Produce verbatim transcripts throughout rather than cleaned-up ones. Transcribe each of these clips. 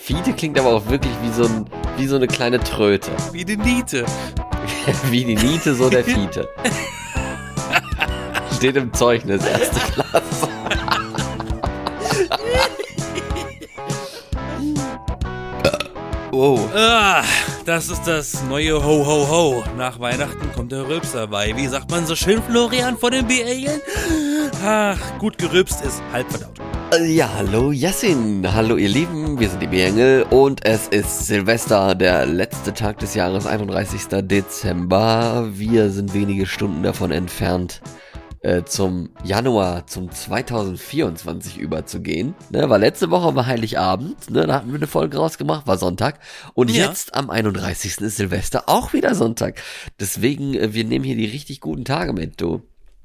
Fiete klingt aber auch wirklich wie so, ein, wie so eine kleine Tröte. Wie die Niete. Wie die Niete, so der Fiete. Steht im Zeugnis, erste Klasse. Wow. Ah, das ist das neue Ho Ho Ho. Nach Weihnachten kommt der Rülpser bei. Wie sagt man so schön, Florian, vor dem B-Alien? Ach, gut gerülpst ist halb verdaut. Ja, hallo Yassin, hallo ihr Lieben, wir sind die B-Engel und es ist Silvester, der letzte Tag des Jahres, einunddreißigster Dezember. Wir sind wenige Stunden davon entfernt, äh, zum Januar, zum zweitausendvierundzwanzig überzugehen. Ne, war letzte Woche war Heiligabend, ne, da hatten wir eine Folge rausgemacht, war Sonntag. Und Ja. jetzt am einunddreißigsten ist Silvester, auch wieder Sonntag. Deswegen, äh, wir nehmen hier die richtig guten Tage mit, du.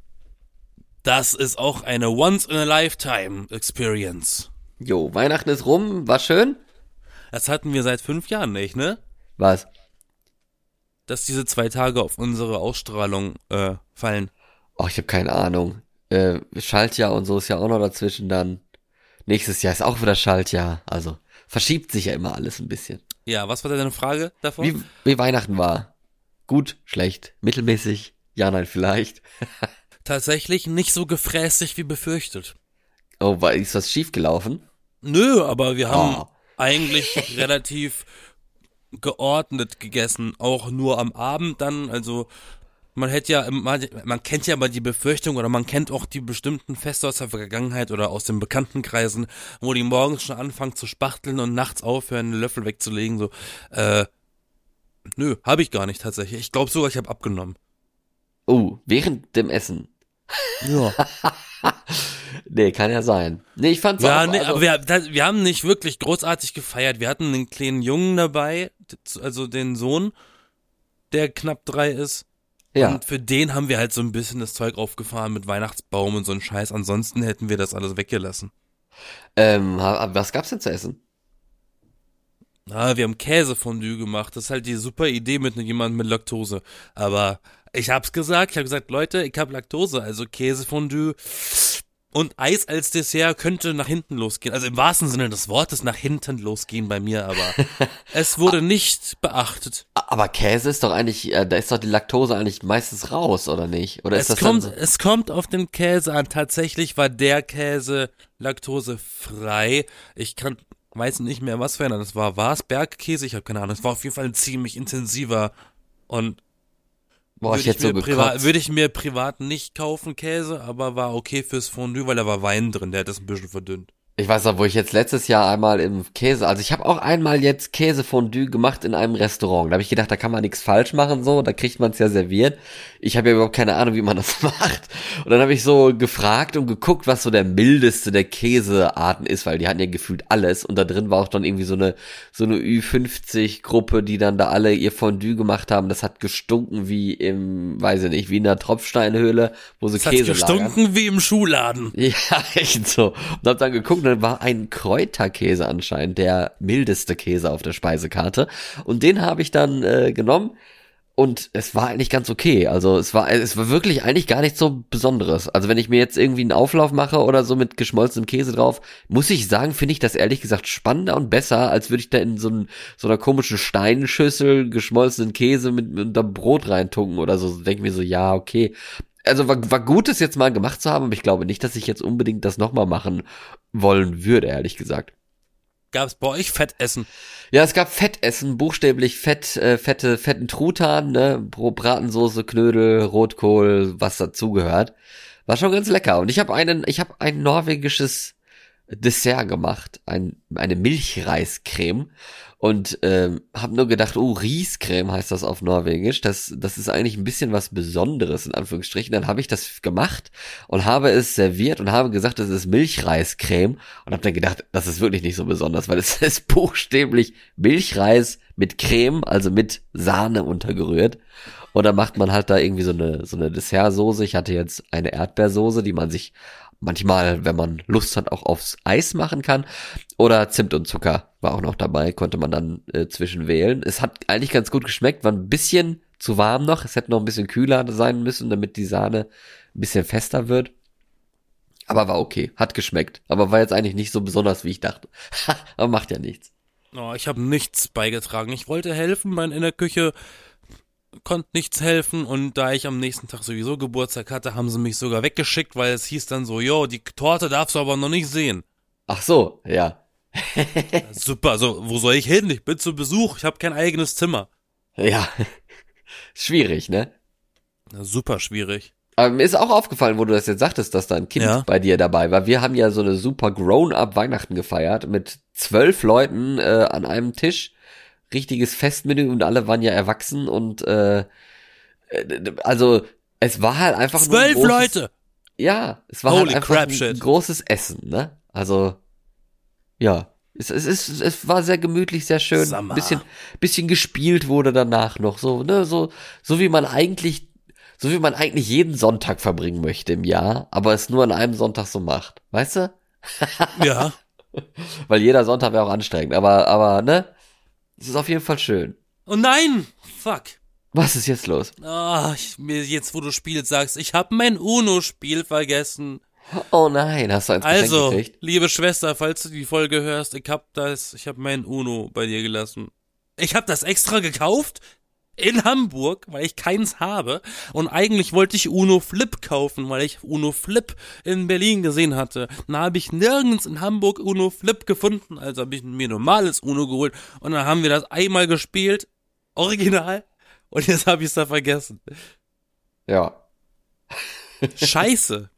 Das ist auch eine Once-in-a-Lifetime-Experience. Jo, Weihnachten ist rum, war schön? Das hatten wir seit fünf Jahren nicht, ne? Was? Dass diese zwei Tage auf unsere Ausstrahlung äh, fallen. Oh, ich habe keine Ahnung. Äh, Schaltjahr und so ist ja auch noch dazwischen dann. Nächstes Jahr ist auch wieder Schaltjahr. Also verschiebt sich ja immer alles ein bisschen. Ja, was war deine Frage davon? Wie, wie Weihnachten war? Gut, schlecht, mittelmäßig, ja, nein, vielleicht. Tatsächlich nicht so gefräßig wie befürchtet. Oh, war, ist was schiefgelaufen? Nö, aber wir haben Oh. eigentlich relativ geordnet gegessen, auch nur am Abend dann, also man hätte ja, man, man kennt ja mal die Befürchtung oder man kennt auch die bestimmten Feste aus der Vergangenheit oder aus den Bekanntenkreisen, wo die morgens schon anfangen zu spachteln und nachts aufhören, einen Löffel wegzulegen, so, äh, nö, habe ich gar nicht tatsächlich. Ich glaube sogar, ich habe abgenommen. Oh, während dem Essen. Ja. Nee, kann ja sein. Nee, ich fand's Ja, auch, nee, also, aber wir, das, wir haben nicht wirklich großartig gefeiert. Wir hatten einen kleinen Jungen dabei, also den Sohn, der knapp drei ist. ja. Und für den haben wir halt so ein bisschen das Zeug aufgefahren mit Weihnachtsbaum und so ein Scheiß. Ansonsten hätten wir das alles weggelassen. Ähm, ha- was gab's denn zu essen? Ah, wir haben Käsefondue gemacht. Das ist halt die super Idee mit jemandem mit Laktose. Aber ich hab's gesagt, ich hab gesagt, Leute, ich hab Laktose, also Käsefondue und Eis als Dessert könnte nach hinten losgehen. Also im wahrsten Sinne des Wortes nach hinten losgehen bei mir, aber es wurde nicht beachtet. Aber Käse ist doch eigentlich, äh, da ist doch die Laktose eigentlich meistens raus, oder nicht? Oder ist Es das kommt, dann so? es kommt auf den Käse an. Tatsächlich war der Käse laktosefrei. Ich kann, weiß nicht mehr, was für einer das war. War es Bergkäse? Ich habe keine Ahnung. Es war auf jeden Fall ein ziemlich intensiver und Boah, ich würde hätte ich, so mir privat, gekotzt. würde ich mir privat nicht kaufen, Käse, aber war okay fürs Fondue, weil da war Wein drin, der hat das ein bisschen verdünnt. Ich weiß noch, wo ich jetzt letztes Jahr einmal im Käse, also ich habe auch einmal jetzt Käsefondue gemacht in einem Restaurant. Da habe ich gedacht, da kann man nichts falsch machen, so, da kriegt man es ja serviert. Ich habe ja überhaupt keine Ahnung, wie man das macht. Und dann habe ich so gefragt und geguckt, was so der mildeste der Käsearten ist, weil die hatten ja gefühlt alles. Und da drin war auch dann irgendwie so eine so eine Ü fünfzig Gruppe, die dann da alle ihr Fondue gemacht haben. Das hat gestunken wie im, weiß ich nicht, wie in einer Tropfsteinhöhle, wo so Es hat Käse lagern. gestunken wie im Schuhladen. Ja, echt so. Und hab dann geguckt, und dann war ein Kräuterkäse anscheinend der mildeste Käse auf der Speisekarte. Und den habe ich dann äh, genommen. Und es war eigentlich ganz okay. Also es war, es war wirklich eigentlich gar nichts so Besonderes. Also wenn ich mir jetzt irgendwie einen Auflauf mache oder so mit geschmolzenem Käse drauf, muss ich sagen, finde ich das ehrlich gesagt spannender und besser, als würde ich da in so, ein, so einer komischen Steinschüssel geschmolzenen Käse mit, mit einem Brot reintunken oder so. Denke mir so, ja, okay. Also war, war gut, es jetzt mal gemacht zu haben, aber ich glaube nicht, dass ich jetzt unbedingt das nochmal machen wollen würde, ehrlich gesagt. Gab's bei euch Fettessen? Ja, es gab Fettessen, buchstäblich Fett, äh, fette, fetten Truthahn, ne, Bro- Bratensoße, Knödel, Rotkohl, was dazugehört. War schon ganz lecker. Und ich habe einen, ich habe ein norwegisches Dessert gemacht, ein, eine Milchreiscreme. Und ähm, habe nur gedacht, oh, Riescreme heißt das auf Norwegisch. Das, das ist eigentlich ein bisschen was Besonderes, in Anführungsstrichen. Dann habe ich das gemacht und habe es serviert und habe gesagt, das ist Milchreiscreme. Und habe dann gedacht, das ist wirklich nicht so besonders, weil es ist buchstäblich Milchreis mit Creme, also mit Sahne untergerührt. Und dann macht man halt da irgendwie so eine, so eine Dessertsoße. Ich hatte jetzt eine Erdbeersoße, die man sich manchmal, wenn man Lust hat, auch aufs Eis machen kann. Oder Zimt und Zucker war auch noch dabei, konnte man dann äh, zwischen wählen. Es hat eigentlich ganz gut geschmeckt, war ein bisschen zu warm noch. Es hätte noch ein bisschen kühler sein müssen, damit die Sahne ein bisschen fester wird. Aber war okay, hat geschmeckt. Aber war jetzt eigentlich nicht so besonders, wie ich dachte. Aber macht ja nichts. Oh, ich habe nichts beigetragen. Ich wollte helfen, mein in der Küche konnte nichts helfen und da ich am nächsten Tag sowieso Geburtstag hatte, haben sie mich sogar weggeschickt, weil es hieß dann so, jo, die Torte darfst du aber noch nicht sehen. Ach so, ja. Super, so, wo soll ich hin? Ich bin zu Besuch, ich habe kein eigenes Zimmer. Ja. Schwierig, ne? Na, super schwierig. Aber mir ist auch aufgefallen, wo du das jetzt sagtest, dass da ein Kind Ja. bei dir dabei war. Wir haben ja so eine super Grown-up Weihnachten gefeiert mit zwölf Leuten äh, an einem Tisch. Richtiges Festmenü und alle waren ja erwachsen und äh, äh, also es war halt einfach Zwölf nur ein großes, Leute! ja, es war Holy halt einfach crap, ein shit. großes Essen, ne? Also ja, es, es, es, es war sehr gemütlich, sehr schön. Sag mal. Bisschen, bisschen gespielt wurde danach noch so, ne, so, so wie man eigentlich, so wie man eigentlich jeden Sonntag verbringen möchte im Jahr, aber es nur an einem Sonntag so macht, weißt du? Ja. Weil jeder Sonntag wäre auch anstrengend, aber, aber, ne, es ist auf jeden Fall schön. Oh nein! Fuck. Was ist jetzt los? Ah, ich, mir jetzt, wo du spielst, sagst, ich habe mein Uno-Spiel vergessen. Oh nein, hast du eins Geschenk Also, gekriegt? liebe Schwester, falls du die Folge hörst, ich hab das, ich hab mein Uno bei dir gelassen. Ich hab das extra gekauft in Hamburg, weil ich keins habe. Und eigentlich wollte ich Uno Flip kaufen, weil ich Uno Flip in Berlin gesehen hatte. Dann habe ich nirgends in Hamburg Uno Flip gefunden, also habe ich mir normales Uno geholt. Und dann haben wir das einmal gespielt, original. Und jetzt habe ich es da vergessen. Ja. Scheiße.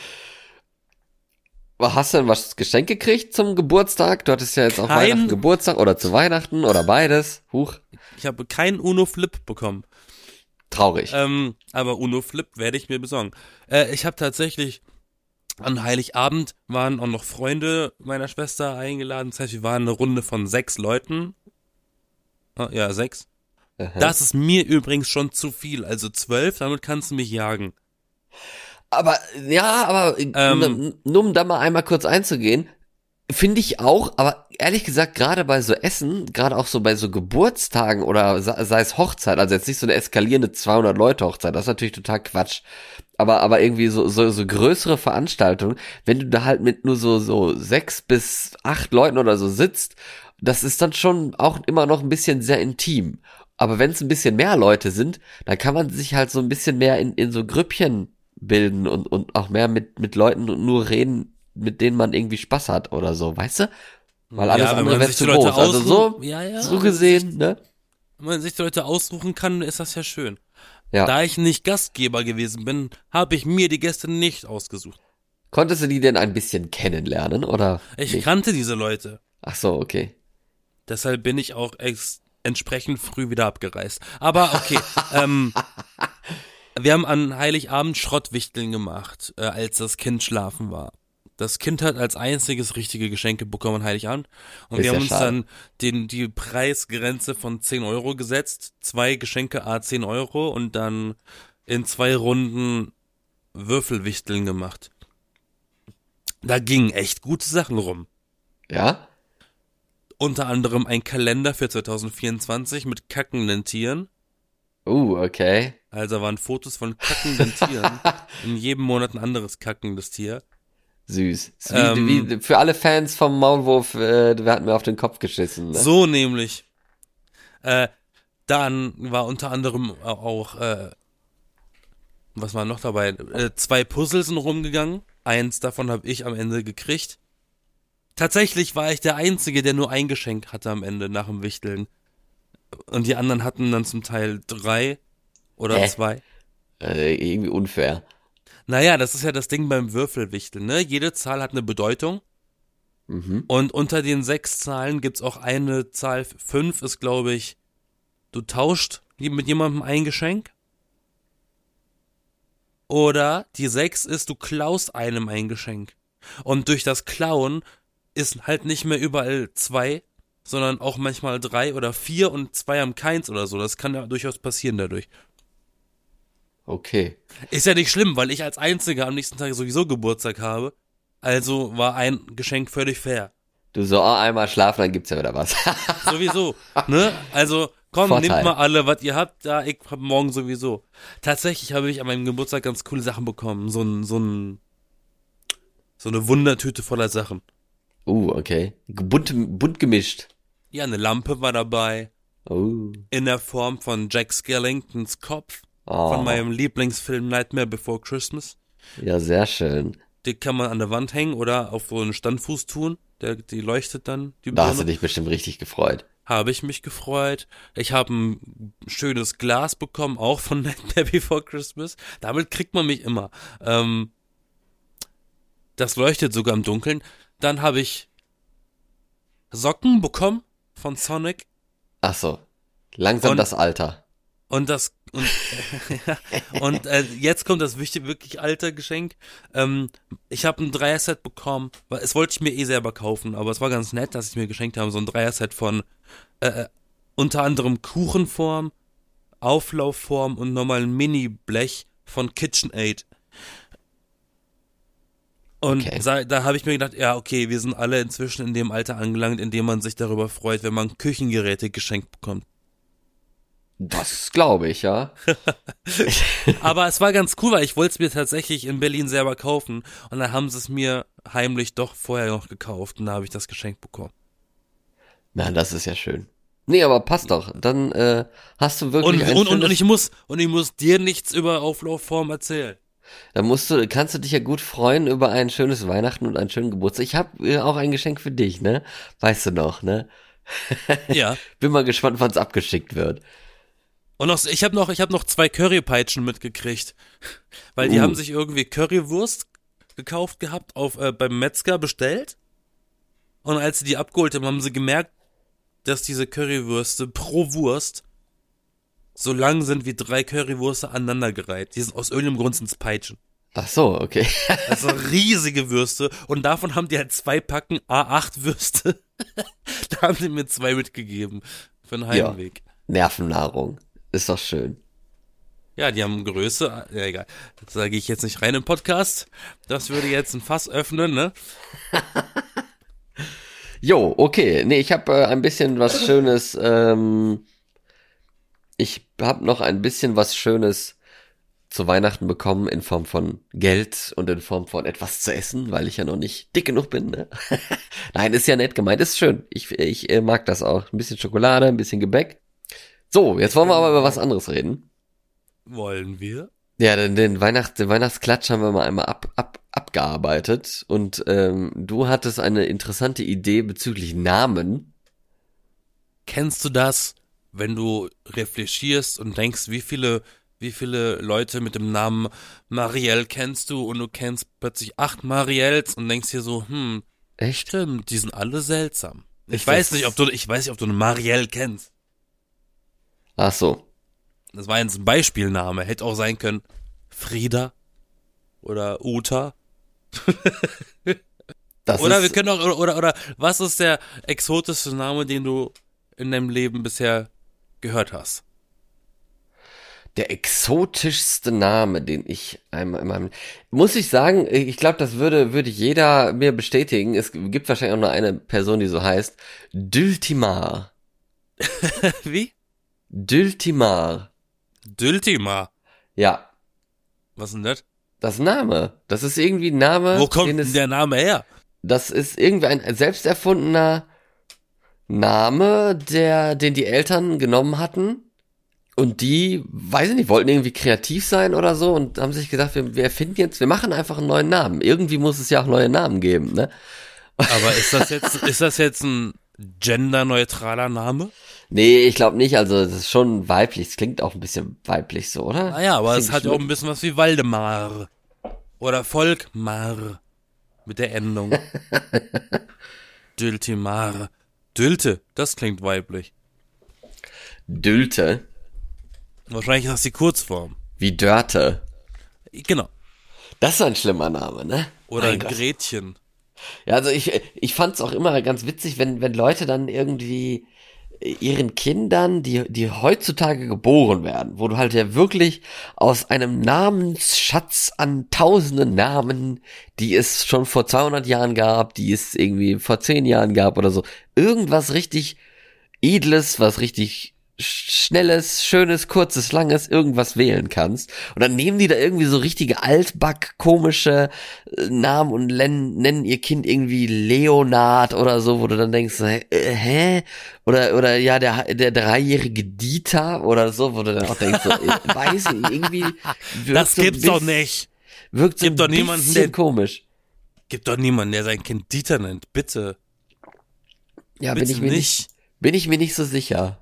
Hast du denn was Geschenk gekriegt zum Geburtstag? Du hattest ja jetzt auch Kein- Weihnachten Geburtstag oder zu Weihnachten oder beides. Huch, Ich habe kein Uno Flip bekommen. traurig. Ähm, aber Uno Flip werde ich mir besorgen. Äh, ich habe tatsächlich an Heiligabend waren auch noch Freunde meiner Schwester eingeladen. Das heißt, wir waren eine Runde von sechs Leuten. Ah, ja, sechs. Aha. Das ist mir übrigens schon zu viel. Also zwölf, damit kannst du mich jagen. Aber, ja, aber äh, Ähm. n- nur um da mal einmal kurz einzugehen, finde ich auch, aber ehrlich gesagt, gerade bei so Essen, gerade auch so bei so Geburtstagen oder sei, sei es Hochzeit, also jetzt nicht so eine eskalierende zweihundert Leute Hochzeit, das ist natürlich total Quatsch. Aber, aber irgendwie so, so, so größere Veranstaltungen, wenn du da halt mit nur so, so sechs bis acht Leuten oder so sitzt, das ist dann schon auch immer noch ein bisschen sehr intim. Aber wenn es ein bisschen mehr Leute sind, dann kann man sich halt so ein bisschen mehr in, in so Grüppchen bilden und, und auch mehr mit, mit Leuten nur reden, mit denen man irgendwie Spaß hat oder so, weißt du? Weil alles Ja, wenn andere man wäre sich zu die Leute groß. Also so, ausruhen- ja, ja. so gesehen, ne? Wenn man sich die Leute aussuchen kann, ist das ja schön. Ja. Da ich nicht Gastgeber gewesen bin, habe ich mir die Gäste nicht ausgesucht. Konntest du die denn ein bisschen kennenlernen, oder? Ich nicht? kannte diese Leute. Ach so, okay. Deshalb bin ich auch ex entsprechend früh wieder abgereist. Aber okay, ähm, wir haben an Heiligabend Schrottwichteln gemacht, äh, als das Kind schlafen war. Das Kind hat als einziges richtige Geschenke bekommen an Heiligabend. Und Ist wir haben ja uns schade. dann den, die Preisgrenze von zehn Euro gesetzt. Zwei Geschenke à zehn Euro und dann in zwei Runden Würfelwichteln gemacht. Da gingen echt gute Sachen rum. Ja? Unter anderem ein Kalender für zwanzig vierundzwanzig mit kackenden Tieren. Uh, okay. Also waren Fotos von kackenden Tieren. In jedem Monat ein anderes kackendes Tier. Süß. Ist Wie, Ähm. wie, für alle Fans vom Maulwurf, äh, wir hatten mir auf den Kopf geschissen, ne? So nämlich. Äh, dann war unter anderem auch, äh, was war noch dabei? Äh, zwei Puzzle sind rumgegangen. Eins davon habe ich am Ende gekriegt. Tatsächlich war ich der Einzige, der nur ein Geschenk hatte am Ende nach dem Wichteln. Und die anderen hatten dann zum Teil drei oder Hä? zwei. Äh, irgendwie unfair. Naja, das ist ja das Ding beim Würfelwichteln, ne? Jede Zahl hat eine Bedeutung. Mhm. Und unter den sechs Zahlen gibt's auch eine Zahl, fünf ist, glaube ich, du tauscht mit jemandem ein Geschenk. Oder die sechs ist, du klaust einem ein Geschenk. Und durch das Klauen ist halt nicht mehr überall zwei, sondern auch manchmal drei oder vier und zwei haben keins oder so. Das kann ja durchaus passieren dadurch. Okay. Ist ja nicht schlimm, weil ich als Einziger am nächsten Tag sowieso Geburtstag habe. Also war ein Geschenk völlig fair. Du so, oh, einmal schlafen, dann gibt's ja wieder was. Sowieso, ne? Also, komm, Vorteil. nehmt mal alle, was ihr habt, da, ich hab morgen sowieso. Tatsächlich habe ich an meinem Geburtstag ganz coole Sachen bekommen. So ein, so ein, so eine Wundertüte voller Sachen. Uh, okay. Bunt, bunt gemischt. Ja, eine Lampe war dabei. Oh. In der Form von Jack Skellingtons Kopf. Oh. Von meinem Lieblingsfilm Nightmare Before Christmas. Ja, sehr schön. Die kann man an der Wand hängen oder auf so einen Standfuß tun. Der, die leuchtet dann, die Da Birne. hast du dich bestimmt richtig gefreut. Habe ich mich gefreut. Ich habe ein schönes Glas bekommen, auch von Nightmare Before Christmas. Damit kriegt man mich immer. Ähm, das leuchtet sogar im Dunkeln. Dann habe ich Socken bekommen von Sonic. Ach so. Langsam Und- das Alter. Und das und, und äh, jetzt kommt das wichtige, wirklich alte Geschenk. Ähm, ich habe ein Dreier-Set bekommen. weil- Es wollte ich mir eh selber kaufen, aber es war ganz nett, dass ich mir geschenkt habe. So ein Dreier-Set von äh, unter anderem Kuchenform, Auflaufform und nochmal ein Mini-Blech von KitchenAid. Und Okay. da, da habe ich mir gedacht, ja, okay, wir sind alle inzwischen in dem Alter angelangt, in dem man sich darüber freut, wenn man Küchengeräte geschenkt bekommt. Das glaube ich, ja. Aber es war ganz cool, weil ich wollte es mir tatsächlich in Berlin selber kaufen und dann haben sie es mir heimlich doch vorher noch gekauft und da habe ich das Geschenk bekommen. Na, das ist ja schön. Nee, aber passt doch. Dann äh, hast du Und, wirklich ein und, und, schönes, und ich muss und ich muss dir nichts über Auflaufform erzählen. dann musst du, kannst du dich ja gut freuen über ein schönes Weihnachten und einen schönen Geburtstag. Ich habe äh, auch ein Geschenk für dich, ne? Weißt du noch, ne? Ja. Bin mal gespannt, wann es abgeschickt wird. Und noch, ich habe noch, ich habe noch zwei Currypeitschen mitgekriegt, weil die Uh. haben sich irgendwie Currywurst gekauft gehabt auf äh, beim Metzger bestellt und als sie die abgeholt haben, haben sie gemerkt, dass diese Currywürste pro Wurst so lang sind wie drei Currywürste aneinandergereiht. Die sind aus irgendeinem Grund sind's Peitschen. Ach so, okay. Also riesige Würste und davon haben die halt zwei Packen A acht Würste. Da haben sie mir zwei mitgegeben für den Ja. Heimweg. Nervennahrung. Ist doch schön. Ja, die haben Größe, ja egal, das sage ich jetzt nicht rein im Podcast, das würde jetzt ein Fass öffnen, ne? Jo, okay. Nee, ich habe äh, ein bisschen was Schönes, ähm, ich habe noch ein bisschen was Schönes zu Weihnachten bekommen in Form von Geld und in Form von etwas zu essen, weil ich ja noch nicht dick genug bin, ne? Nein, ist ja nett gemeint, ist schön. Ich, ich äh, mag das auch. Ein bisschen Schokolade, ein bisschen Gebäck. So, jetzt wollen wir aber über was anderes reden. Wollen wir? Ja, den, den, Weihnachts-, den Weihnachtsklatsch haben wir mal einmal ab, ab, abgearbeitet und ähm, du hattest eine interessante Idee bezüglich Namen. Kennst du das, wenn du reflektierst und denkst, wie viele, wie viele Leute mit dem Namen Marielle kennst du und du kennst plötzlich acht Marielles und denkst dir so, hm, Echt? stimmt, die sind alle seltsam. Ich Ist weiß das- nicht, ob du, ich weiß nicht, ob du eine Marielle kennst. Ach so. Das war jetzt ein Beispielname. Hätte auch sein können Frieda oder Uta. Das Oder ist, wir können auch, oder, oder, oder, was ist der exotischste Name, den du in deinem Leben bisher gehört hast? der exotischste Name, den ich einmal in meinem, muss ich sagen, ich glaube, das würde, würde jeder mir bestätigen. Es gibt wahrscheinlich auch nur eine Person, die so heißt. Dültimar. Wie? Dültimar. Dültima. Ja, Was ist denn das? das ist ein Name. Das ist irgendwie ein Name. Wo kommt den denn es, der Name her? Das ist irgendwie ein selbst erfundener Name, der, den die Eltern genommen hatten. Und die, weiß ich nicht, wollten irgendwie kreativ sein oder so und haben sich gesagt, wir, wir erfinden jetzt, wir machen einfach einen neuen Namen. Irgendwie muss es ja auch neue Namen geben, ne? Aber ist das jetzt, ist das jetzt ein genderneutraler Name? Nee, ich glaube nicht, also das ist schon weiblich, es klingt auch ein bisschen weiblich so, oder? Naja, aber es Klingt hat ja auch schlimm. ein bisschen was wie Waldemar. Oder Volkmar. Mit der Endung. Dültimar. Dülte, das klingt weiblich. Dülte, Wahrscheinlich ist das die Kurzform. wie Dörte. Genau. Das ist ein schlimmer Name, ne? Oder Mein Gott. Gretchen. Ja, also ich, ich fand's auch immer ganz witzig, wenn, wenn Leute dann irgendwie ihren Kindern, die, die heutzutage geboren werden, wo du halt ja wirklich aus einem Namensschatz an tausenden Namen, die es schon vor zweihundert Jahren gab, die es irgendwie vor zehn Jahren gab oder so, irgendwas richtig Edles, was richtig schnelles, schönes, kurzes, langes irgendwas wählen kannst. Und dann nehmen die da irgendwie so richtige altback, komische äh, Namen und nennen, nennen ihr Kind irgendwie Leonard oder so, wo du dann denkst, äh, hä? Oder, oder ja, der, der dreijährige Dieter oder so, wo du dann auch denkst, so, äh, weiß ich, irgendwie wirkt Das so gibt's bis, doch nicht. Wirkt so Gibt ein doch niemanden, bisschen der- komisch. Gibt doch niemanden, der sein Kind Dieter nennt. Bitte. Ja, Bitte bin ich mir nicht, bin ich mir nicht so sicher.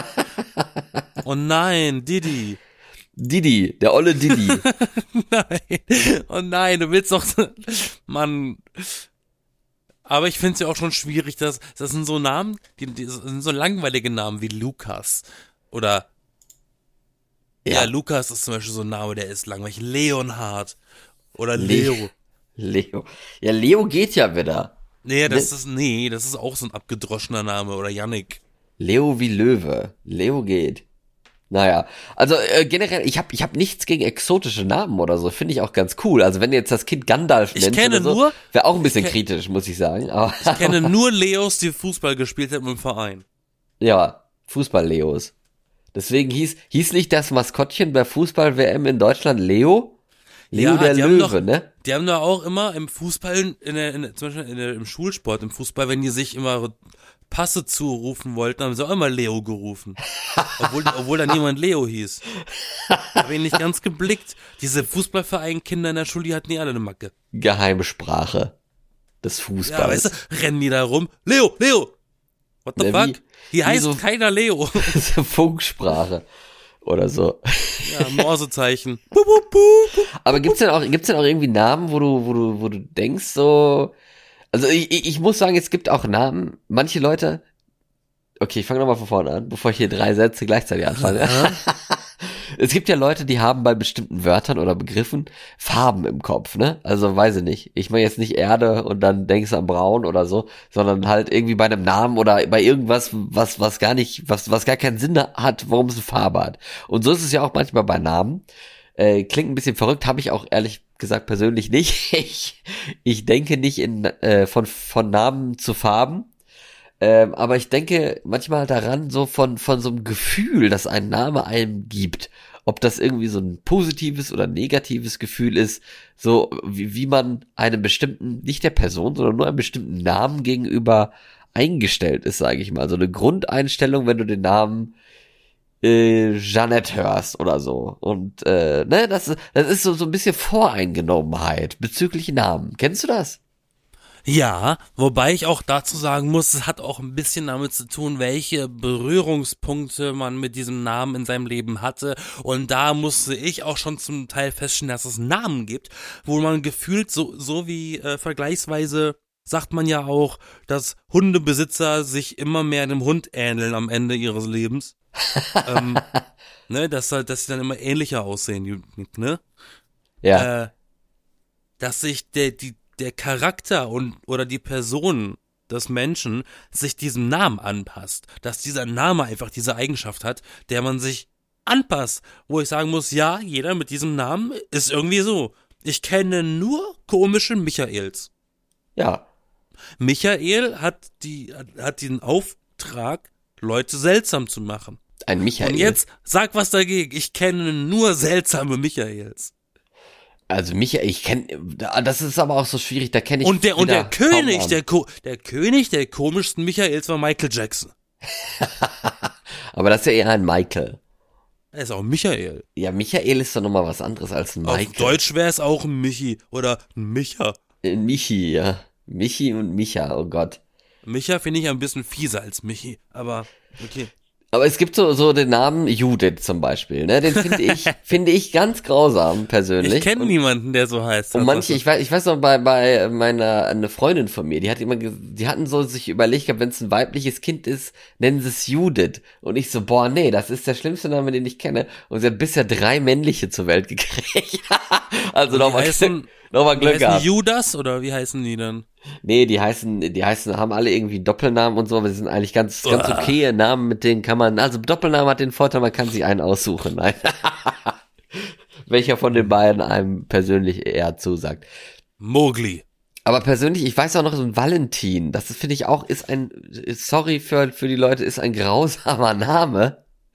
Oh nein, Didi. Didi, der olle Didi. Nein. Oh nein, du willst doch, Mann. Aber ich find's ja auch schon schwierig, dass, das sind so Namen, die, die das sind so langweilige Namen wie Lukas. Oder, ja, Ja. Lukas ist zum Beispiel so ein Name, der ist langweilig. Leonhard. Oder Le- Leo. Leo. Ja, Leo geht ja wieder. Nee, das Le- ist, nee, das ist auch so ein abgedroschener Name. Oder Yannick. Leo wie Löwe. Leo geht. Naja, also äh, generell, ich habe ich hab nichts gegen exotische Namen oder so, finde ich auch ganz cool. Also wenn du jetzt das Kind Gandalf Ich nennst kenne oder so, nur- wäre auch ein bisschen ich ke- kritisch, muss ich sagen. Aber Ich kenne nur Leos, die Fußball gespielt haben im Verein. ja, Fußball-Leos. Deswegen hieß hieß nicht das Maskottchen bei Fußball-W M in Deutschland Leo? Leo Ja, der die haben Löwe, doch- ne? Die haben da auch immer im Fußball, in der, in der, zum Beispiel in der, im Schulsport, im Fußball, wenn die sich immer Passe zurufen wollten, haben sie auch immer Leo gerufen. Obwohl, obwohl da niemand Leo hieß. Hab ihn nicht ganz geblickt. Diese Fußballverein-Kinder in der Schule, die hatten die alle eine Macke. Geheimsprache des Ja, Fußballs. weißt du, rennen die da rum. Leo, Leo! What the Ja, wie- fuck? Hier wie heißt so- keiner Leo. Das ist Funksprache oder so. Ja, Morsezeichen. Bup, bup, bup, bup. Aber gibt's denn auch, gibt's denn auch irgendwie Namen, wo du, wo du, wo du denkst so, also ich, ich ich muss sagen, es gibt auch Namen, manche Leute, okay, ich fange nochmal von vorne an, bevor ich hier drei Sätze gleichzeitig anfange. Es gibt ja Leute, die haben bei bestimmten Wörtern oder Begriffen Farben im Kopf, ne? Also weiß ich nicht. Ich meine jetzt nicht Erde und dann denkst du an Braun oder so, sondern halt irgendwie bei einem Namen oder bei irgendwas, was, was gar nicht, was, was gar keinen Sinn hat, warum es eine Farbe hat. Und so ist es ja auch manchmal bei Namen. Äh, klingt ein bisschen verrückt, habe ich auch ehrlich gesagt persönlich nicht. Ich, ich denke nicht in äh, von, von Namen zu Farben. Ähm, aber ich denke manchmal daran, so von, von so einem Gefühl, das ein Name einem gibt. Ob das irgendwie so ein positives oder negatives Gefühl ist, so wie, wie man einem bestimmten, nicht der Person, sondern nur einem bestimmten Namen gegenüber eingestellt ist, sage ich mal. So eine Grundeinstellung, wenn du den Namen äh, Jeanette hörst oder so. Und äh, ne, das, ist- das ist so, so ein bisschen Voreingenommenheit bezüglich Namen. Kennst du das? Ja, wobei ich auch dazu sagen muss, es hat auch ein bisschen damit zu tun, welche Berührungspunkte man mit diesem Namen in seinem Leben hatte. Und da musste ich auch schon zum Teil feststellen, dass es Namen gibt, wo man gefühlt so, so wie äh, vergleichsweise sagt man ja auch, dass Hundebesitzer sich immer mehr einem Hund ähneln am Ende ihres Lebens. ähm, ne, dass halt, dass sie dann immer ähnlicher aussehen, ne? Ja. äh, dass sich der, die, der Charakter und oder die Person des Menschen sich diesem Namen anpasst. Dass dieser Name einfach diese Eigenschaft hat, der man sich anpasst. Wo ich sagen muss, ja, jeder mit diesem Namen ist irgendwie so. Ich kenne nur komische Michaels. Ja. Michael hat die, hat den Auftrag, Leute seltsam zu machen. Ein Michael. Und jetzt sag was dagegen. Ich kenne nur seltsame Michaels. Also Michael, ich kenne, das ist aber auch so schwierig, da kenne ich Und der, und der wieder kaum König, Namen. der, Ko der König der komischsten Michaels war Michael Jackson. Aber das ist ja eher ein Michael. Er ist auch Michael. Ja, Michael ist doch nochmal was anderes als ein Auf Michael. Deutsch wäre es auch ein Michi oder ein Micha. Äh, Michi, ja. Michi und Micha, oh Gott. Micha finde ich ein bisschen fieser als Michi, aber okay. Aber es gibt so, so den Namen Judith zum Beispiel, ne? Den finde ich, finde ich ganz grausam persönlich. Ich kenne Und- niemanden, der so heißt. Und manche, ich weiß, ich weiß noch bei, bei meiner, eine Freundin von mir, die hat immer, ge- die hatten so sich überlegt, wenn es ein weibliches Kind ist, nennen sie es Judith. Und ich so, boah, nee, das ist der schlimmste Name, den ich kenne. Und sie hat bisher drei männliche zur Welt gekriegt. Also nochmal heißen- Glück, nochmal Wie Glück heißen gehabt. die Judas oder wie heißen die dann? Nee, die heißen, die heißen, haben alle irgendwie Doppelnamen und so, aber sie sind eigentlich ganz, ganz Uah. okay Namen, mit denen kann man, also Doppelname hat den Vorteil, man kann sich einen aussuchen. Nein. Welcher von den beiden einem persönlich eher zusagt. Mowgli. Aber persönlich, ich weiß auch noch so ein Valentin, das ist, finde ich auch, ist ein, sorry für, für die Leute, ist ein grausamer Name.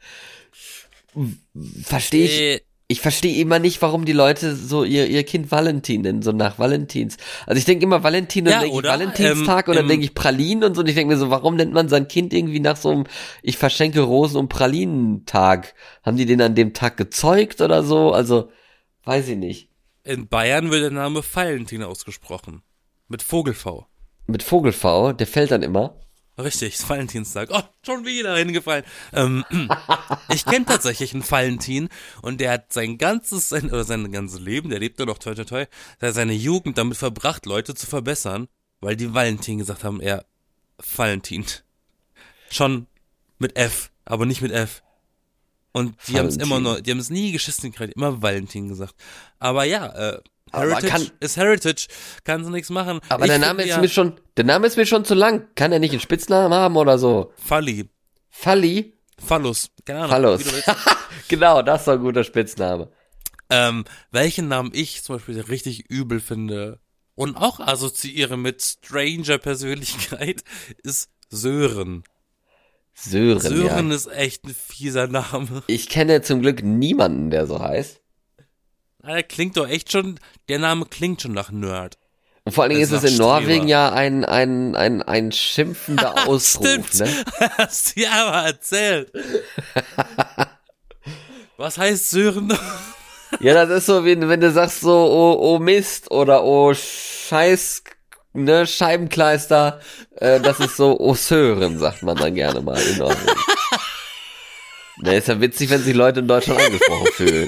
verstehe ich. Äh, Ich verstehe immer nicht, warum die Leute so ihr, ihr Kind Valentin nennen, so nach Valentins. Also ich denke immer Valentin und Ja, dann denke ich oder? Valentinstag Ähm, und dann im- denke ich Pralinen und so und ich denke mir so, warum nennt man sein Kind irgendwie nach so einem ich verschenke Rosen- und Pralinentag? Haben die den an dem Tag gezeugt oder so? Also, weiß ich nicht. in Bayern wird der Name Valentin ausgesprochen. Mit Vogel-V. Mit Vogel-V, der fällt dann immer. Richtig, ist Valentinstag. Oh, schon wieder hingefallen. Ähm, ich kenne tatsächlich einen Valentin und der hat sein ganzes, sein, oder sein ganzes Leben, der lebt nur noch toi toi toi, der hat seine Jugend damit verbracht, Leute zu verbessern, weil die Valentin gesagt haben, er Valentin. Schon mit F, aber nicht mit F. Und die haben es Valentin. immer nur, die haben es nie geschissen gekriegt, immer Valentin gesagt. Aber ja, äh, Aber Heritage kann- ist Heritage, kannst du nichts machen. Aber Ich der finde Name ist ja, mir schon, der Name ist mir schon zu lang. Kann er nicht einen Spitznamen haben oder so? Falli, Falli? Phallus, keine Ahnung. Phallus. wie du willst. Genau, das ist doch ein guter Spitzname. Ähm, welchen Namen ich zum Beispiel richtig übel finde und auch assoziiere mit Stranger Persönlichkeit, ist Sören. Sören, Sören ja. ist echt ein fieser Name. Ich kenne zum Glück niemanden, der so heißt. Der klingt doch echt schon, der Name klingt schon nach Nerd. Und vor allen Dingen Also ist es in nach Norwegen Streber. ja ein, ein, ein, ein schimpfender Ausruf, Stimmt. ne? Hast du ja aber erzählt. Was heißt Sören? Ja, das ist so, wie wenn du sagst so, oh, oh Mist oder oh Scheiß, ne, Scheibenkleister, äh, das ist so, oh Sören, sagt man dann gerne mal in Norwegen. Ne, ist ja witzig, wenn sich Leute in Deutschland angesprochen fühlen.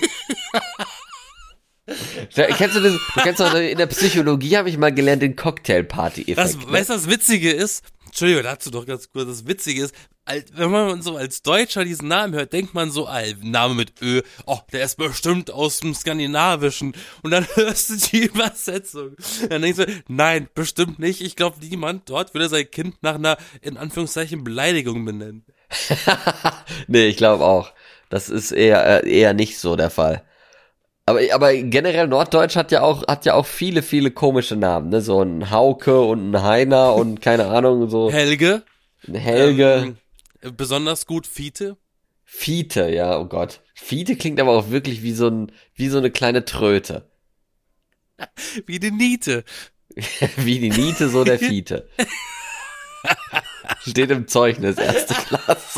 Kennst du das? Du kennst doch, in der Psychologie habe ich mal gelernt, den Cocktailparty-Effekt. Was, ne? weißt du, was Witzige ist? Entschuldigung, dazu doch ganz kurz. Das Witzige ist, als, wenn man so als Deutscher diesen Namen hört, denkt man so, ah, Name mit Ö, oh, der ist bestimmt aus dem Skandinavischen. Und dann hörst du die Übersetzung. Dann denkst du, nein, bestimmt nicht. Ich glaube, niemand dort würde sein Kind nach einer, in Anführungszeichen, Beleidigung benennen. Nee, ich glaube auch. Das ist eher, äh, eher nicht so der Fall. Aber, aber generell Norddeutsch hat ja auch, hat ja auch viele, viele komische Namen, ne? So ein Hauke und ein Heiner und keine Ahnung, so Helge. ein Helge. Ähm, besonders gut Fiete. Fiete, ja, oh Gott. Fiete klingt aber auch wirklich wie so ein, wie so eine kleine Tröte. Wie die Niete. Wie die Niete, so der Fiete. Steht im Zeugnis, erste Klasse.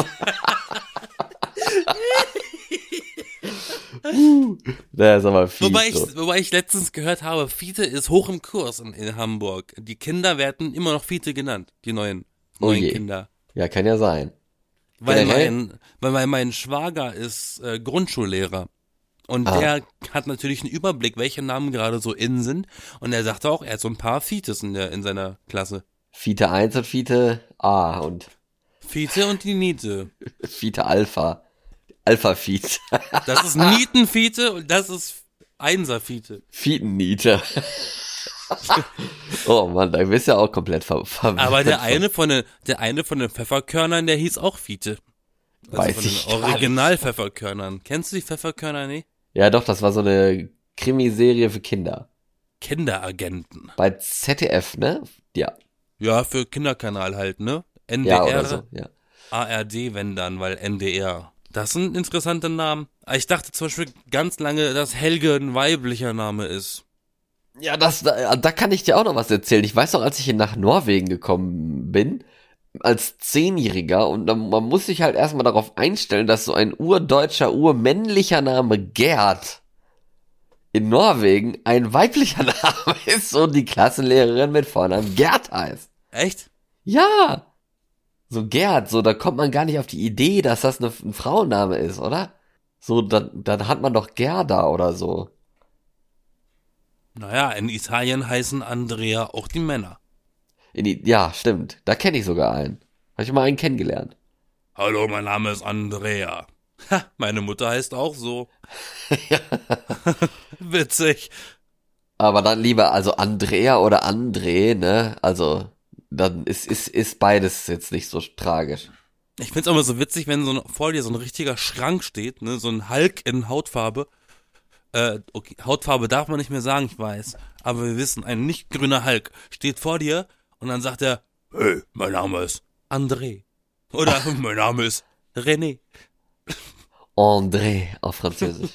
uh, der ist aber fies. Wobei so. ich, wobei ich letztens gehört habe, Fiete ist hoch im Kurs in, in Hamburg. Die Kinder werden immer noch Fiete genannt, die neuen, Oh neuen je. Kinder. Ja, kann ja sein. Weil Generell? mein, weil mein, mein Schwager ist äh, Grundschullehrer. Und Ah. der hat natürlich einen Überblick, welche Namen gerade so in sind. Und er sagte auch, er hat so ein paar Fietes in, der, in seiner Klasse. Fiete eins und Fiete A und Fiete und die Niete. Fiete Alpha. Alpha Fiete. Das ist Nietenfiete und das ist Einser-Fiete. Fieten-Niete. Oh Mann, da bist du ja auch komplett ver ver Aber der eine von den, der eine von den Pfefferkörnern, der hieß auch Fiete. Also Weiß von ich den gar nicht. Original-Pfefferkörnern. Kennst du die Pfefferkörner nicht? Ja doch, das war so eine Krimiserie für Kinder. Kinderagenten. Bei Z D F, ne? Ja. Ja, für Kinderkanal halt, ne? N D Ja, R, oder so, ja. A R D, wenn dann, weil N D R. Das sind interessante Namen. Ich dachte zum Beispiel ganz lange, dass Helge ein weiblicher Name ist. Ja, das, da, da kann ich dir auch noch was erzählen. Ich weiß noch, als ich hier nach Norwegen gekommen bin, als Zehnjähriger, und dann, man muss sich halt erstmal darauf einstellen, dass so ein urdeutscher, urmännlicher Name Gerd in Norwegen ein weiblicher Name ist und die Klassenlehrerin mit Vornamen Gerd heißt. Echt? Ja! So Gerd, so, da kommt man gar nicht auf die Idee, dass das eine, ein Frauenname ist, oder? So, dann, dann hat man doch Gerda oder so. Naja, in Italien heißen Andrea auch die Männer. In die, ja, stimmt. Da kenne ich sogar einen. Habe ich mal einen kennengelernt. Hallo, mein Name ist Andrea. Ha, meine Mutter heißt auch so. Witzig. Aber dann lieber, also Andrea oder André, ne? Also, dann ist, ist, ist beides jetzt nicht so tragisch. Ich find's auch immer so witzig, wenn so ein, vor dir so ein richtiger Schrank steht, ne, so ein Hulk in Hautfarbe. Äh, okay, Hautfarbe darf man nicht mehr sagen, ich weiß. Aber wir wissen, ein nicht grüner Hulk steht vor dir und dann sagt er, hey, mein Name ist André. Oder mein Name ist René. André auf Französisch.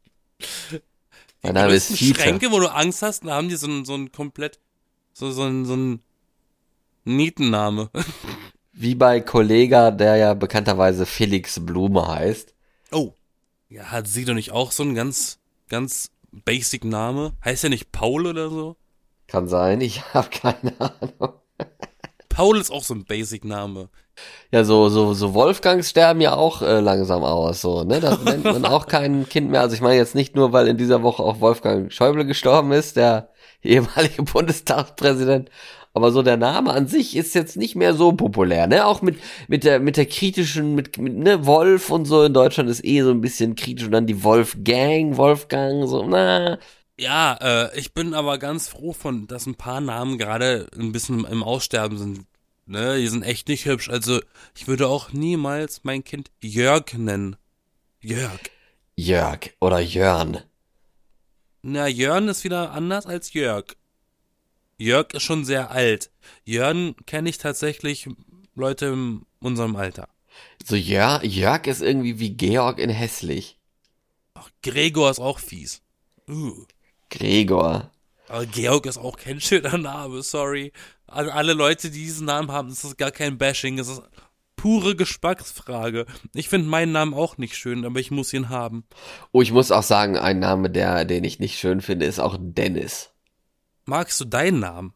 Mein Name ist Fiete. Schränke, wo du Angst hast, da haben die so ein, so ein komplett, so, so ein, so ein Nietenname. Wie bei Kollega, der ja bekannterweise Felix Blume heißt. Oh. Ja, hat sie doch nicht auch so einen ganz, ganz basic Name? Heißt er nicht Paul oder so? Kann sein, ich habe keine Ahnung. Paul ist auch so ein basic Name. Ja, so, so, so Wolfgangs sterben ja auch äh, langsam aus, so, ne? Da nennt man auch kein Kind mehr. Also ich meine jetzt nicht nur, weil in dieser Woche auch Wolfgang Schäuble gestorben ist, der ehemalige Bundestagspräsident, aber so der Name an sich ist jetzt nicht mehr so populär, ne? Auch mit, mit der, mit der kritischen, mit, mit, ne, Wolf und so in Deutschland ist eh so ein bisschen kritisch und dann die Wolfgang, Wolfgang, so, na. Ja, äh, ich bin aber ganz froh von, dass ein paar Namen gerade ein bisschen im Aussterben sind. Ne, die sind echt nicht hübsch. Also, ich würde auch niemals mein Kind Jörg nennen. Jörg. Jörg oder Jörn. Na, Jörn ist wieder anders als Jörg. Jörg ist schon sehr alt. Jörn kenne ich tatsächlich Leute in unserem Alter. So Jör, Jörg ist irgendwie wie Georg in hässlich. Ach, Gregor ist auch fies. Uh. Gregor. Aber Georg ist auch kein schöner Name, sorry. An alle Leute, die diesen Namen haben, ist das gar kein Bashing, es ist pure Geschmacksfrage. Ich finde meinen Namen auch nicht schön, aber ich muss ihn haben. Oh, ich muss auch sagen, ein Name, der, den ich nicht schön finde, ist auch Dennis. Magst du deinen Namen?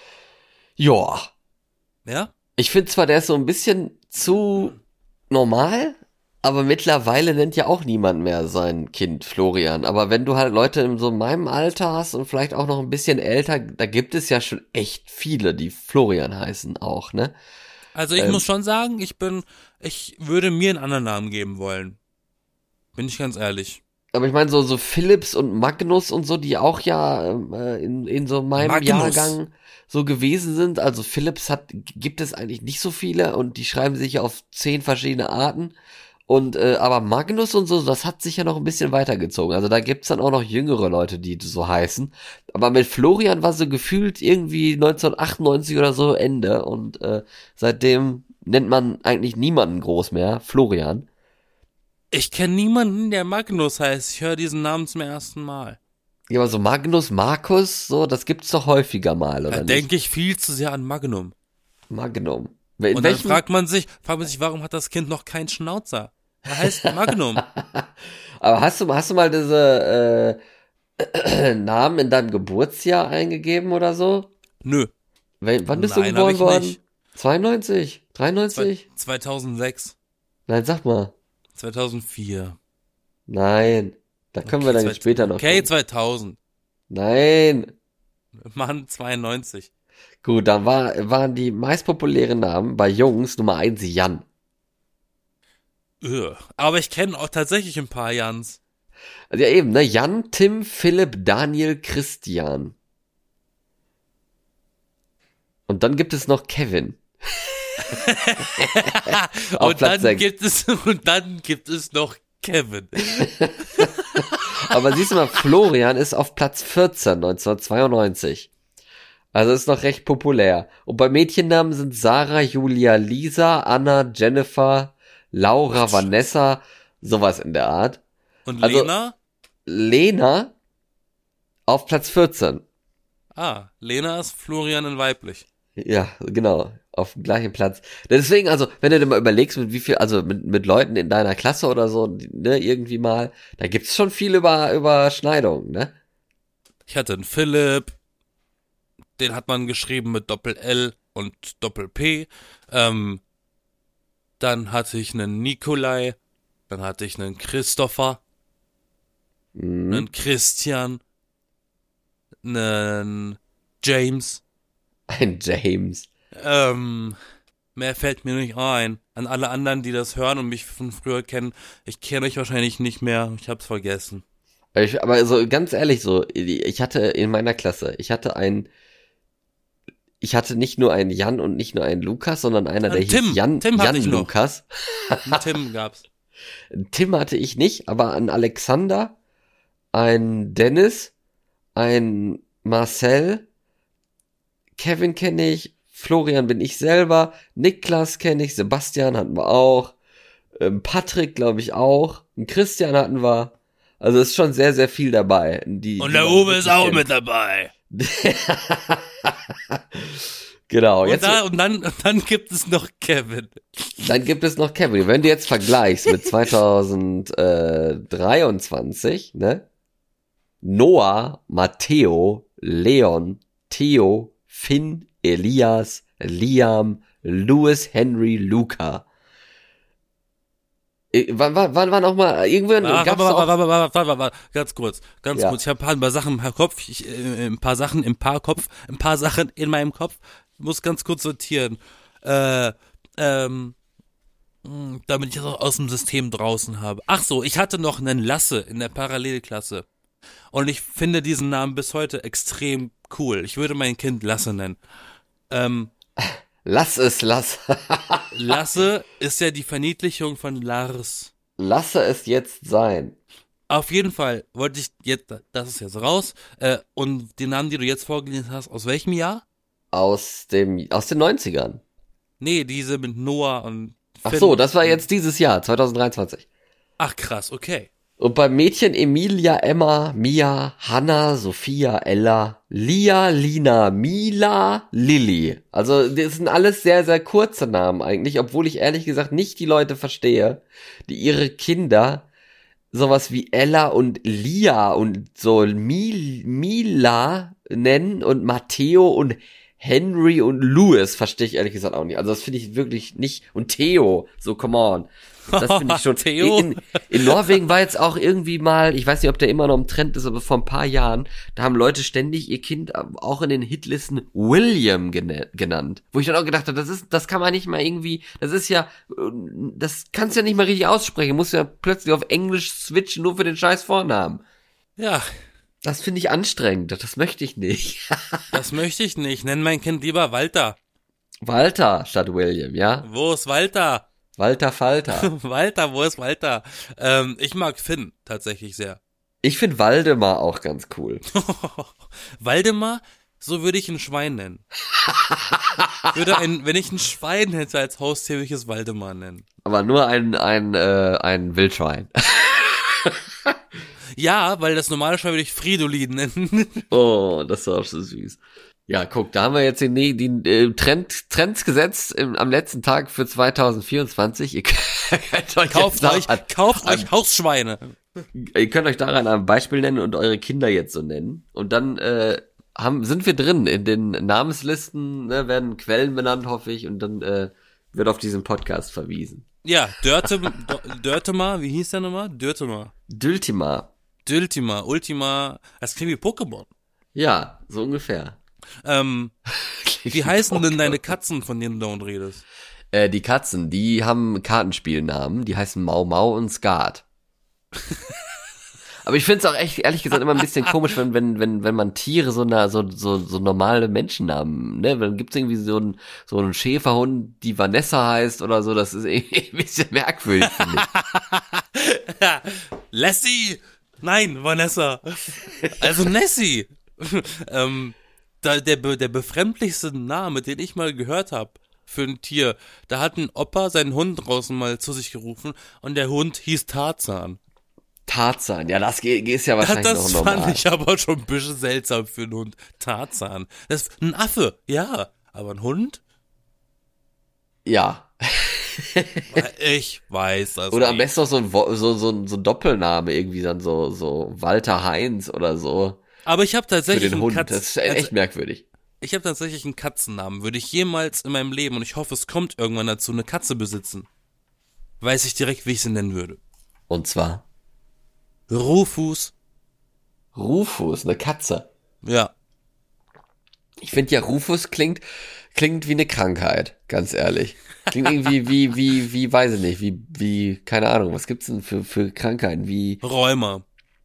Ja. Ja? Ich finde zwar, der ist so ein bisschen zu normal, aber mittlerweile nennt ja auch niemand mehr sein Kind Florian. Aber wenn du halt Leute in so meinem Alter hast und vielleicht auch noch ein bisschen älter, da gibt es ja schon echt viele, die Florian heißen auch, ne? Also ich Ähm, muss schon sagen, ich bin, ich würde mir einen anderen Namen geben wollen. Bin ich ganz ehrlich. Aber ich meine, so, so Philips und Magnus und so, die auch ja ähm, äh, in, in so meinem Magnus. Jahrgang so gewesen sind. Also Philips hat, gibt es eigentlich nicht so viele und die schreiben sich auf zehn verschiedene Arten. Und äh, aber Magnus und so, das hat sich ja noch ein bisschen weitergezogen. Also da gibt's dann auch noch jüngere Leute, die so heißen. Aber mit Florian war so gefühlt irgendwie neunzehnhundertachtundneunzig oder so Ende. Und äh, seitdem nennt man eigentlich niemanden groß mehr Florian. Ich kenne niemanden, der Magnus heißt. Ich höre diesen Namen zum ersten Mal. Ja, aber so Magnus, Markus, so, das gibt's doch häufiger mal, oder Da nicht? denke ich viel zu sehr an Magnum. Magnum. In Und dann welchem? fragt man sich, fragt man sich, warum hat das Kind noch keinen Schnauzer? Er heißt Magnum. Aber hast du, hast du mal diese äh, Namen in deinem Geburtsjahr eingegeben oder so? Nö. Wel- Wann bist Nein, du hab geboren ich worden? nicht. zweiundneunzig? dreiundneunzig? zweitausendsechs. Nein, sag mal. zweitausendvier. Nein. Da können wir Okay, dann zwei- später noch Okay, gucken. zweitausend. Nein. Mann, zweiundneunzig. Gut, dann war, waren die meistpopulären Namen bei Jungs Nummer eins Jan. Ugh. Aber ich kenne auch tatsächlich ein paar Jans. Also ja eben, ne? Jan, Tim, Philipp, Daniel, Christian. Und dann gibt es noch Kevin. Auf und Platz dann sechs. gibt es und dann gibt es noch Kevin. Aber siehst du mal, Florian ist auf Platz vierzehn, neunzehnhundertzweiundneunzig. Also ist noch recht populär. Und bei Mädchennamen sind Sarah, Julia, Lisa, Anna, Jennifer, Laura, Ach, Vanessa, sowas in der Art. Und Also- Lena? Lena auf Platz vierzehn. Ah, Lena ist Florian in weiblich. Ja, genau, auf dem gleichen Platz. Deswegen, also, wenn du dir mal überlegst, mit wie viel, also mit, mit Leuten in deiner Klasse oder so, ne, irgendwie mal, da gibt's schon viel über Überschneidungen, ne? Ich hatte einen Philipp, den hat man geschrieben mit Doppel-L und Doppel-P. Ähm, dann hatte ich einen Nikolai, dann hatte ich einen Christopher, Mhm. einen Christian, einen James. Ein James. Ähm, mehr fällt mir nicht ein. An alle anderen, die das hören und mich von früher kennen, ich kenne euch wahrscheinlich nicht mehr, ich hab's vergessen. Ich, aber so ganz ehrlich so, ich hatte in meiner Klasse, ich hatte einen, ich hatte nicht nur einen Jan und nicht nur einen Lukas, sondern einer, der Äh, Tim. hieß Jan, Tim hatte Jan ich noch. Lukas. Einen Tim gab's. Tim hatte ich nicht, aber einen Alexander, einen Dennis, einen Marcel, Kevin kenne ich, Florian bin ich selber, Niklas kenne ich, Sebastian hatten wir auch, Ähm, Patrick, glaube ich, auch. Ein Christian hatten wir. Also ist schon sehr, sehr viel dabei. Die, Und die der man Uwe wirklich ist auch kennt. mit dabei. Genau. Und, Jetzt, da, und dann, und dann gibt es noch Kevin. dann gibt es noch Kevin. Wenn du jetzt vergleichst mit zwanzig dreiundzwanzig, ne? Noah, Matteo, Leon, Theo, Finn, Elias, Liam, Louis, Henry, Luca. Äh, Wann, wann, wann war noch mal, irgendwann Warte, gab's warte, auch, warte, warte, warte, warte, ganz kurz, ganz Ja. kurz. Ich habe ein paar Sachen im Kopf, ich, äh, ein paar Sachen im paar Kopf, ein paar Sachen in meinem Kopf. Ich muss ganz kurz sortieren. Äh, ähm, mh, damit ich das auch aus dem System draußen habe. Ach so, ich hatte noch einen Lasse in der Parallelklasse. Und ich finde diesen Namen bis heute extrem cool. Ich würde mein Kind Lasse nennen. Ähm, lass es, lass, Lasse ist ja die Verniedlichung von Lars. lasse es jetzt sein. Auf jeden Fall wollte ich jetzt, das ist jetzt raus, äh, und die Namen, die du jetzt vorgelesen hast, aus welchem Jahr? Aus dem, aus den neunzigern. Nee, diese mit Noah und Ach Finn. so, das war jetzt dieses Jahr, zwanzig dreiundzwanzig. Ach krass, okay. Und beim Mädchen Emilia, Emma, Mia, Hanna, Sophia, Ella, Lia, Lina, Mila, Lilly. Also das sind alles sehr, sehr kurze Namen eigentlich, obwohl ich ehrlich gesagt nicht die Leute verstehe, die ihre Kinder sowas wie Ella und Lia und so Mil, Mila nennen und Matteo und Henry und Louis verstehe ich ehrlich gesagt auch nicht. Also das finde ich wirklich nicht. Und Theo, so come on. Das finde ich schon. Theo? In, in Norwegen war jetzt auch irgendwie mal, ich weiß nicht, ob der immer noch im Trend ist, aber vor ein paar Jahren, da haben Leute ständig ihr Kind auch in den Hitlisten William gene- genannt. Wo ich dann auch gedacht habe, das ist, das kann man nicht mal irgendwie, das ist ja, das kannst du ja nicht mal richtig aussprechen. Musst ja plötzlich auf Englisch switchen, nur für den scheiß Vornamen. Ja, Das finde ich anstrengend. Das möchte ich nicht. das möchte ich nicht. Nenn mein Kind lieber Walter. Walter statt William, ja? Wo ist Walter? Walter Falter. Walter, wo ist Walter? Ähm, ich mag Finn tatsächlich sehr. Ich finde Waldemar auch ganz cool. Waldemar, so würde ich ein Schwein nennen. würde ein, wenn ich ein Schwein hätte als Haustier, würde ich es Waldemar nennen. Aber nur ein, ein, äh, ein Wildschwein. Ja, weil das normale Schwein würde ich Fridolin nennen. Oh, das ist auch so süß. Ja, guck, da haben wir jetzt den, die, die äh, Trend, Trends gesetzt im, am letzten Tag für zwanzig vierundzwanzig. Ihr könnt euch Kauft jetzt euch, daran, kauft euch Hausschweine. ihr könnt euch daran ein Beispiel nennen und eure Kinder jetzt so nennen. Und dann äh, haben, sind wir drin in den Namenslisten, ne, werden Quellen benannt, hoffe ich, und dann äh, wird auf diesen Podcast verwiesen. Ja, Dörte, Dörtemar, wie hieß der nochmal? Dörtemar. Dültima. Dültima, Ultima, das klingt wie Pokémon. Ja, so ungefähr. Ähm, wie heißen denn deine Katzen, von denen du dauernd redest? Äh, die Katzen, die haben Kartenspielnamen, die heißen Mau Mau und Skat. Aber ich find's auch echt, ehrlich gesagt, immer ein bisschen komisch, wenn, wenn, wenn, wenn man Tiere so, na, so, so, so normale Menschennamen, ne, dann gibt's irgendwie so einen, so einen Schäferhund, die Vanessa heißt oder so, das ist irgendwie ein bisschen merkwürdig, finde ich. Lassie! Nein, Vanessa. Also Nessie. ähm, da, der, der befremdlichste Name, den ich mal gehört habe für ein Tier, da hat ein Opa seinen Hund draußen mal zu sich gerufen und der Hund hieß Tarzan. Tarzan, ja, das geht, ist ja wahrscheinlich Das noch normal. fand ich aber schon ein bisschen seltsam für einen Hund. Tarzan. Das ist ein Affe, ja, aber ein Hund? Ja. Ich weiß das Oder am nicht. besten noch so ein, Wo- so, so, so ein Doppelname, irgendwie dann so, so Walter Heinz oder so. Aber ich habe Für tatsächlich den einen Hund, Katz, das ist echt also, merkwürdig. ich habe tatsächlich einen Katzennamen. Würde ich jemals in meinem Leben, und ich hoffe, es kommt irgendwann dazu, eine Katze besitzen, weiß ich direkt, wie ich sie nennen würde. Und zwar Rufus. Rufus, eine Katze. Ja. Ich finde ja, Rufus klingt, klingt wie eine Krankheit, ganz ehrlich. Klingt irgendwie wie, wie, wie, weiß ich nicht, wie, wie, keine Ahnung, was gibt's denn für, für Krankheiten, wie, Rheuma.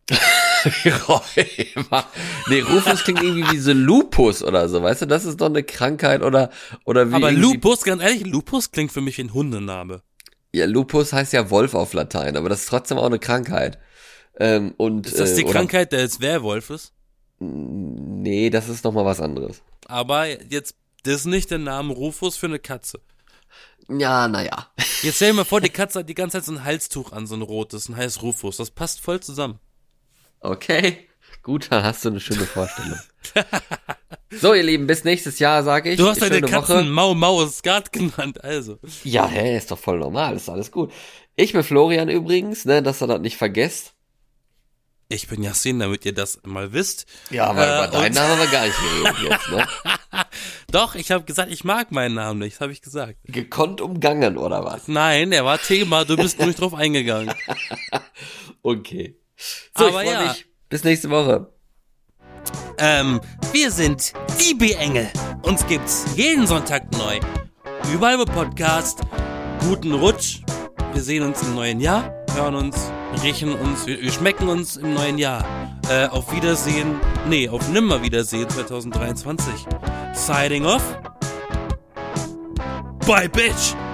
Rheuma. Nee, Rufus klingt irgendwie wie so Lupus oder so, weißt du, das ist doch eine Krankheit oder, oder wie. Aber irgendwie- Lupus, ganz ehrlich, Lupus klingt für mich wie ein Hundename. Ja, Lupus heißt ja Wolf auf Latein, aber das ist trotzdem auch eine Krankheit. Ähm, und, Ist das die äh, oder- Krankheit des Werwolfes? Nee, das ist noch mal was anderes. Aber jetzt, das ist nicht der Name Rufus für eine Katze. Ja, naja. Jetzt stell dir mal vor, die Katze hat die ganze Zeit so ein Halstuch an, so ein rotes, ein heißt Rufus. Das passt voll zusammen. Okay, gut, dann hast du eine schöne Vorstellung. So, ihr Lieben, bis nächstes Jahr, sage ich. Du hast deine Schöne Katzen Woche. Mau Mau Skat genannt, also. Ja, hä, ist doch voll normal, ist alles gut. Ich bin Florian übrigens, ne, dass ihr das nicht vergesst. Ich bin Yassin, damit ihr das mal wisst. Ja, aber Äh, über deinen und- Namen haben wir gar nicht geredet jetzt, ne? Doch, ich habe gesagt, ich mag meinen Namen nicht, das habe ich gesagt. Gekonnt umgangen, oder was? Nein, der war Thema, du bist nur nicht drauf eingegangen. Okay. So, Aber ich freu ja. mich. Bis nächste Woche. Ähm, wir sind die B-Engel. Uns gibt's jeden Sonntag neu. Überall im Podcast. Guten Rutsch. Wir sehen uns im neuen Jahr, hören uns, riechen uns, wir, wir schmecken uns im neuen Jahr. Äh, auf Wiedersehen, nee, auf Nimmerwiedersehen zwanzig dreiundzwanzig. Signing off. Bye, bitch.